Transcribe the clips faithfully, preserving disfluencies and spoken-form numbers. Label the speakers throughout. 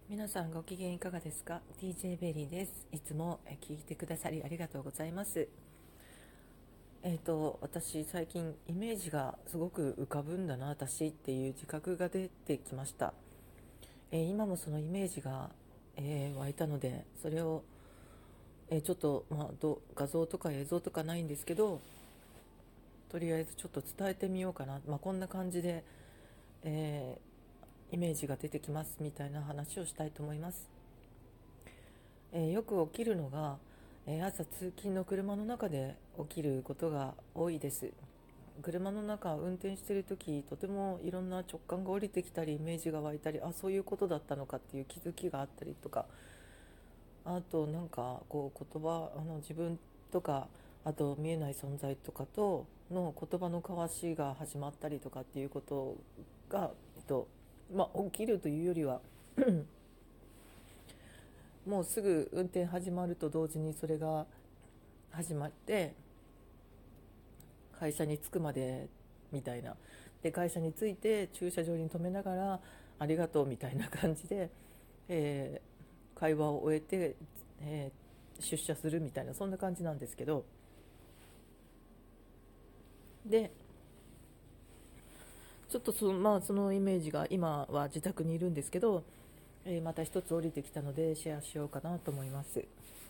Speaker 1: 皆さんご機嫌いかがですか？ ディージェー ベリーです。いつもえ聞いてくださりありがとうございます。えっ、と私最近イメージがすごく浮かぶんだな私っていう自覚が出てきました。えー今もそのイメージが、えー湧いたので、それを、えーちょっと、まあ、ど画像とか映像とかないんですけど、とりあえずちょっと伝えてみようかな、まあ、こんな感じで、えーイメージが出てきますみたいな話をしたいと思います。えーよく起きるのが、えー朝通勤の車の中で起きることが多いです。車の中運転している時、とてもいろんな直感が降りてきたりイメージが湧いたり、あ、そういうことだったのかっていう気づきがあったりとか、あとなんかこう言葉あの自分とか、あと見えない存在とかとの言葉の交わしが始まったりとかっていうことが、えっとまあ、起きるというよりはもうすぐ運転始まると同時にそれが始まって、会社に着くまでみたいな、で会社に着いて駐車場に停めながらありがとうみたいな感じで、えー会話を終えて、えー出社するみたいな、そんな感じなんですけど、でちょっとその,、まあ、そのイメージが今は自宅にいるんですけど、えーまた一つ降りてきたのでシェアしようかなと思います。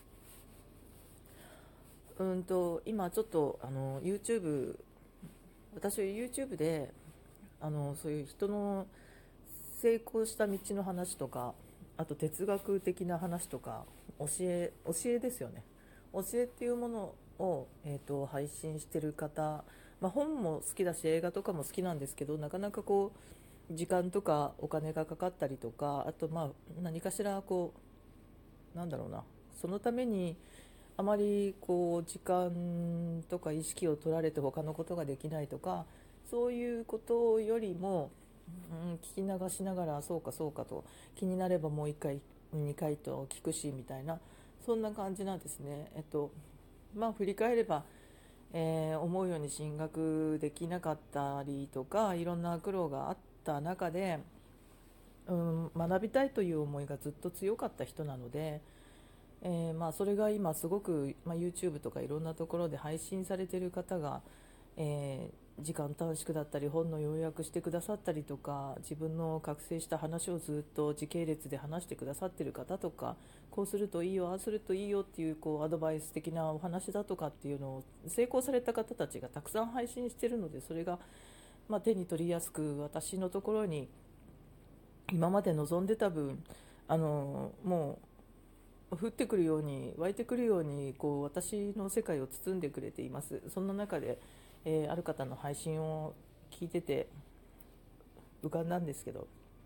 Speaker 1: うんと今ちょっとあの YouTube、 私 YouTube であのそういう人の成功した道の話とか、あと哲学的な話とか、教え教えですよね。教えっていうものを、えー、と配信してる方、まあ、本も好きだし映画とかも好きなんですけど、なかなかこう時間とかお金がかかったりとか、あとまあ何かしらこうなんだろうな、そのためにあまりこう時間とか意識を取られて他のことができないとか、そういうことよりも、うん、聞き流しながらそうかそうかと、気になればもういっかいにかいと聞くしみたいな、そんな感じなんですね。えっとまあ振り返れば、えー思うように進学できなかったりとか、いろんな苦労があった中で、うん、学びたいという思いがずっと強かった人なので、えーまあ、それが今すごく、まあ、YouTube とかいろんなところで配信されている方が、えー時間短縮だったり本の要約してくださったりとか、自分の覚醒した話をずっと時系列で話してくださっている方とか、こうするといいよああするといいよっていう、こうアドバイス的なお話だとかっていうのを成功された方たちがたくさん配信しているので、それが、まあ、手に取りやすく私のところに今まで望んでた分、あのもう降ってくるように湧いてくるように、こう私の世界を包んでくれています。そんな中で、えーある方の配信を聞いてて浮かんだんですけど、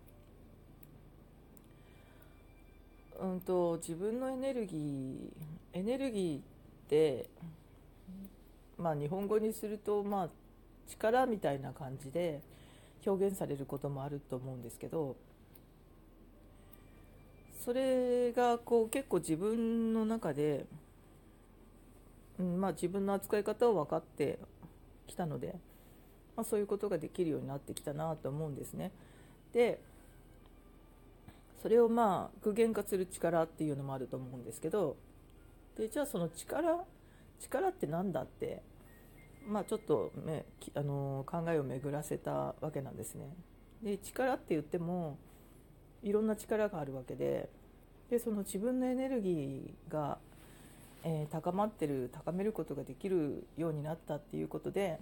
Speaker 1: うんと自分のエネルギーエネルギーって、まあ、日本語にすると、まあ、力みたいな感じで表現されることもあると思うんですけど、それがこう結構自分の中で、うんまあ、自分の扱い方を分かってきたので、まあ、そういうことができるようになってきたなと思うんですね。でそれをまあ具現化する力っていうのもあると思うんですけど、でじゃあその力力ってなんだって、まあ、ちょっと、ね、あの考えを巡らせたわけなんですね。で力って言ってもいろんな力があるわけで、でその自分のエネルギーが、えー高まってる高めることができるようになったっていうことで、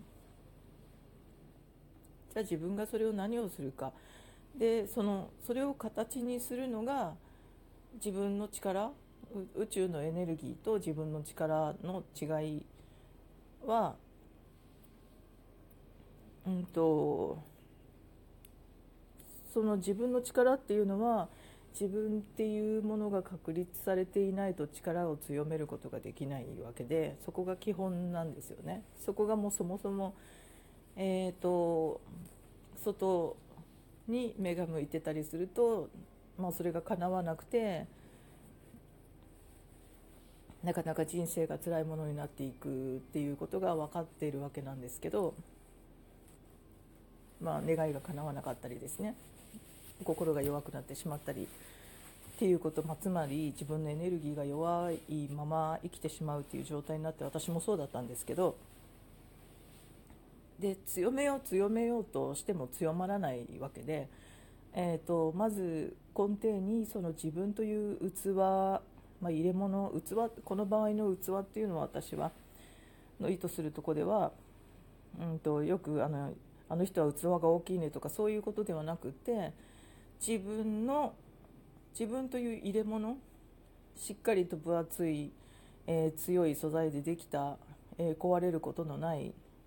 Speaker 1: じゃあ自分がそれを何をするか、でそのそれを形にするのが自分の力、宇宙のエネルギーと自分の力の違いは、うんとその自分の力っていうのは、自分っていうものが確立されていないと力を強めることができないわけで、そこが基本なんですよね。そこがもうそもそも、えーと外に目が向いてたりすると、まあ、それが叶わなくて、なかなか人生が辛いものになっていくっていうことが分かっているわけなんですけど、まあ、願いが叶わなかったりですね、心が弱くなってしまったり、 っていうこと、まあ、つまり自分のエネルギーが弱いまま生きてしまうっていう状態になって、私もそうだったんですけど、で強めよう強めようとしても強まらないわけで、えー、とまず根底にその自分という器、まあ、入れ物器、この場合の器っていうのは、私はの意図するところでは、うんとよくあのあの人は器が大きいねとかそういうことではなくて、自分の自分という入れ物、しっかりと分厚い、えー強い素材でできた、えー壊れることのない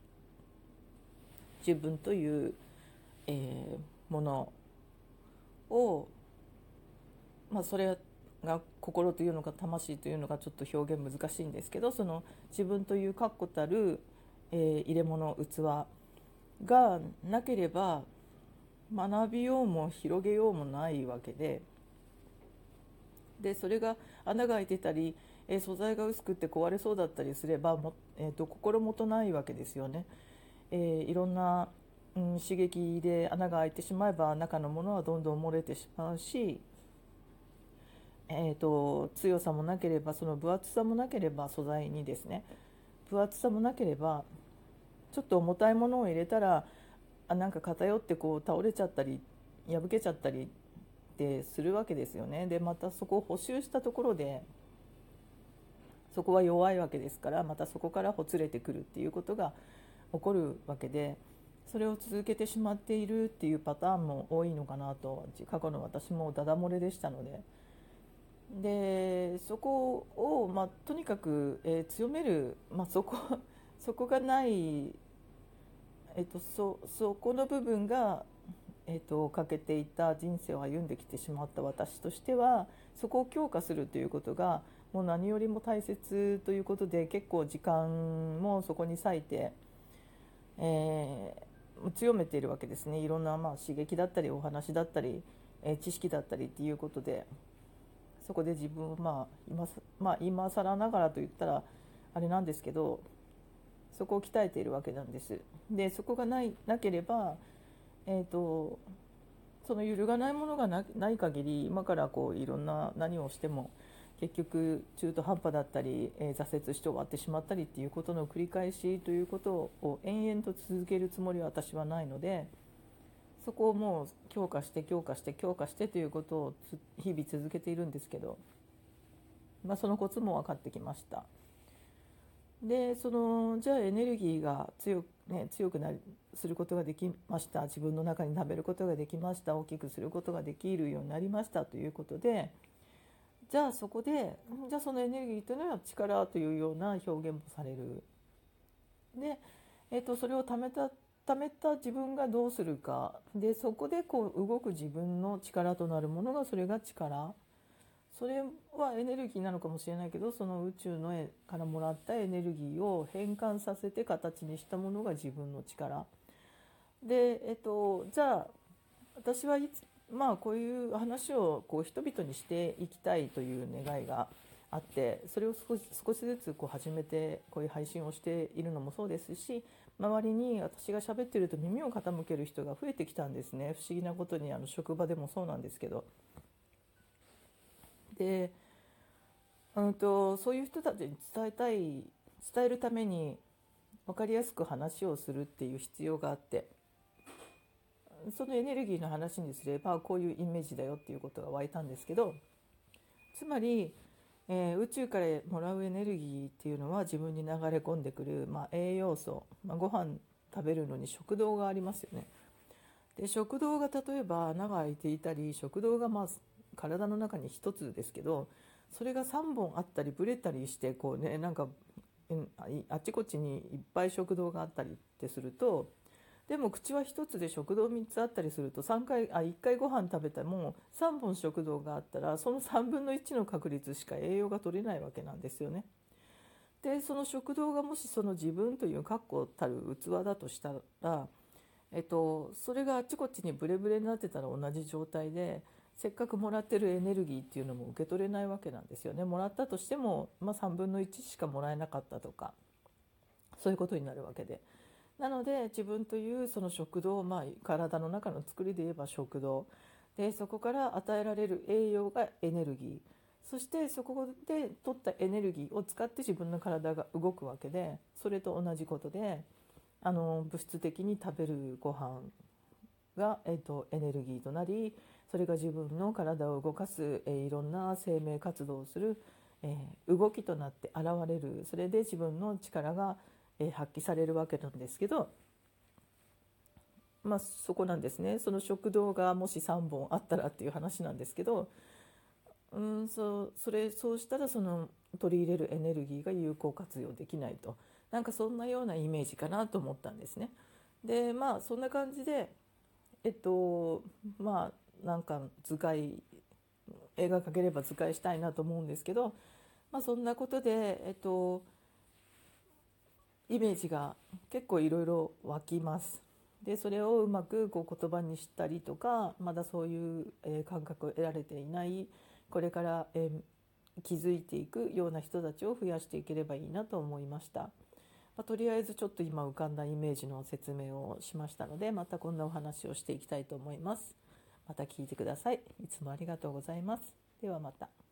Speaker 1: 自分という、えーものを、まあ、それが心というのか魂というのかちょっと表現難しいんですけど、その自分という確固たる、えー入れ物器がなければ学びようも広げようもないわけで、でそれが穴が開いてたり、えー素材が薄くて壊れそうだったりすればも、えーと心もとないわけですよね。えーいろんな、うん、刺激で穴が開いてしまえば中のものはどんどん漏れてしまうし、えーと強さもなければ、その分厚さもなければ、素材にですね、分厚さもなければ、ちょっと重たいものを入れたら、あなんか偏ってこう倒れちゃったり破けちゃったりってするわけですよね。でまたそこを補修したところで、そこは弱いわけですから、またそこからほつれてくるっていうことが起こるわけで、それを続けてしまっているっていうパターンも多いのかなと、過去の私もダダ漏れでしたので、でそこを、まあ、とにかく、えー強める、まあ、そこそこがない、えっと、そそこの部分が、えっと、欠けていた人生を歩んできてしまった私としては、そこを強化するということがもう何よりも大切ということで、結構時間もそこに割いて、えー強めているわけですね。いろんな、まあ、刺激だったりお話だったり、えー知識だったりっていうことで、そこで自分を、まあ今、まあ、今更ながらと言ったらあれなんですけど、そこを鍛えているわけなんです。でそこがないなければ、えー、とその揺るがないものが な, ない限り、今からこういろんな何をしても結局中途半端だったり、えー挫折して終わってしまったりっていうことの繰り返しということを延々と続けるつもりは私はないので、そこをもう強化して強化して強化してということを日々続けているんですけど、まあ、そのコツも分かってきました。でそのじゃあエネルギーが強く、ね、強くなりすることができました、自分の中に食べることができました、大きくすることができるようになりましたということで、じゃあそこでじゃあそのエネルギーというのは力というような表現もされる。で、えー、とそれを貯めた貯めた自分がどうするかで、そこでこう動く自分の力となるものが、それが力、それはエネルギーなのかもしれないけど、その宇宙の絵からもらったエネルギーを変換させて形にしたものが自分の力で、えっと、じゃあ私はいつ、まあ、こういう話をこう人々にしていきたいという願いがあって、それを少し少しずつこう始めて、こういう配信をしているのもそうですし、周りに私が喋っていると耳を傾ける人が増えてきたんですね。不思議なことに、あの職場でもそうなんですけど、で、うんと、そういう人たちに伝えたい伝えるために分かりやすく話をするっていう必要があって、そのエネルギーの話にすればこういうイメージだよっていうことが湧いたんですけど、つまり、えー宇宙からもらうエネルギーっていうのは自分に流れ込んでくる、まあ、栄養素、まあ、ご飯食べるのに食道がありますよね。で食道が例えば穴が開いていたり、食道がまあ体の中に一つですけど、それがさんぼんあったりブレたりして、こうね、なんかうんあいあっちこっちにいっぱい食道があったりってすると、でも口は一つで食道みっつあったりすると、さんかいあいっかいご飯食べたらもうさんぼん食道があったら、そのさんぶんのいちの確率しか栄養が取れないわけなんですよね。でその食道がもしその自分という確固たる器だとしたら、えっと、それがあっちこっちにブレブレになってたら同じ状態で、せっかくもらってるエネルギーっていうのも受け取れないわけなんですよね。もらったとしても、まあ、さんぶんのいちしかもらえなかったとか、そういうことになるわけで、なので自分というその食道、まあ、体の中の作りで言えば食道でそこから与えられる栄養がエネルギー、そしてそこで取ったエネルギーを使って自分の体が動くわけで、それと同じことで、あの物質的に食べるご飯が、えっと、エネルギーとなり、それが自分の体を動かす、えーいろんな生命活動をする、えー動きとなって現れる、それで自分の力が、えー発揮されるわけなんですけど、まあ、そこなんですね。その食道がもしさんぼんあったらっていう話なんですけど、うん、そうそれそうしたらその取り入れるエネルギーが有効活用できないと、なんかそんなようなイメージかなと思ったんですね。でまあそんな感じで、えっとまあなんか図解絵が描ければ図解したいなと思うんですけど、まあ、そんなことで、えっと、イメージが結構いろいろ湧きます。でそれをうまくこう言葉にしたりとか、まだそういう、えー感覚を得られていない、これから、えー気づいていくような人たちを増やしていければいいなと思いました。まあ、とりあえずちょっと今浮かんだイメージの説明をしましたので、またこんなお話をしていきたいと思います。また聞いてください。いつもありがとうございます。ではまた。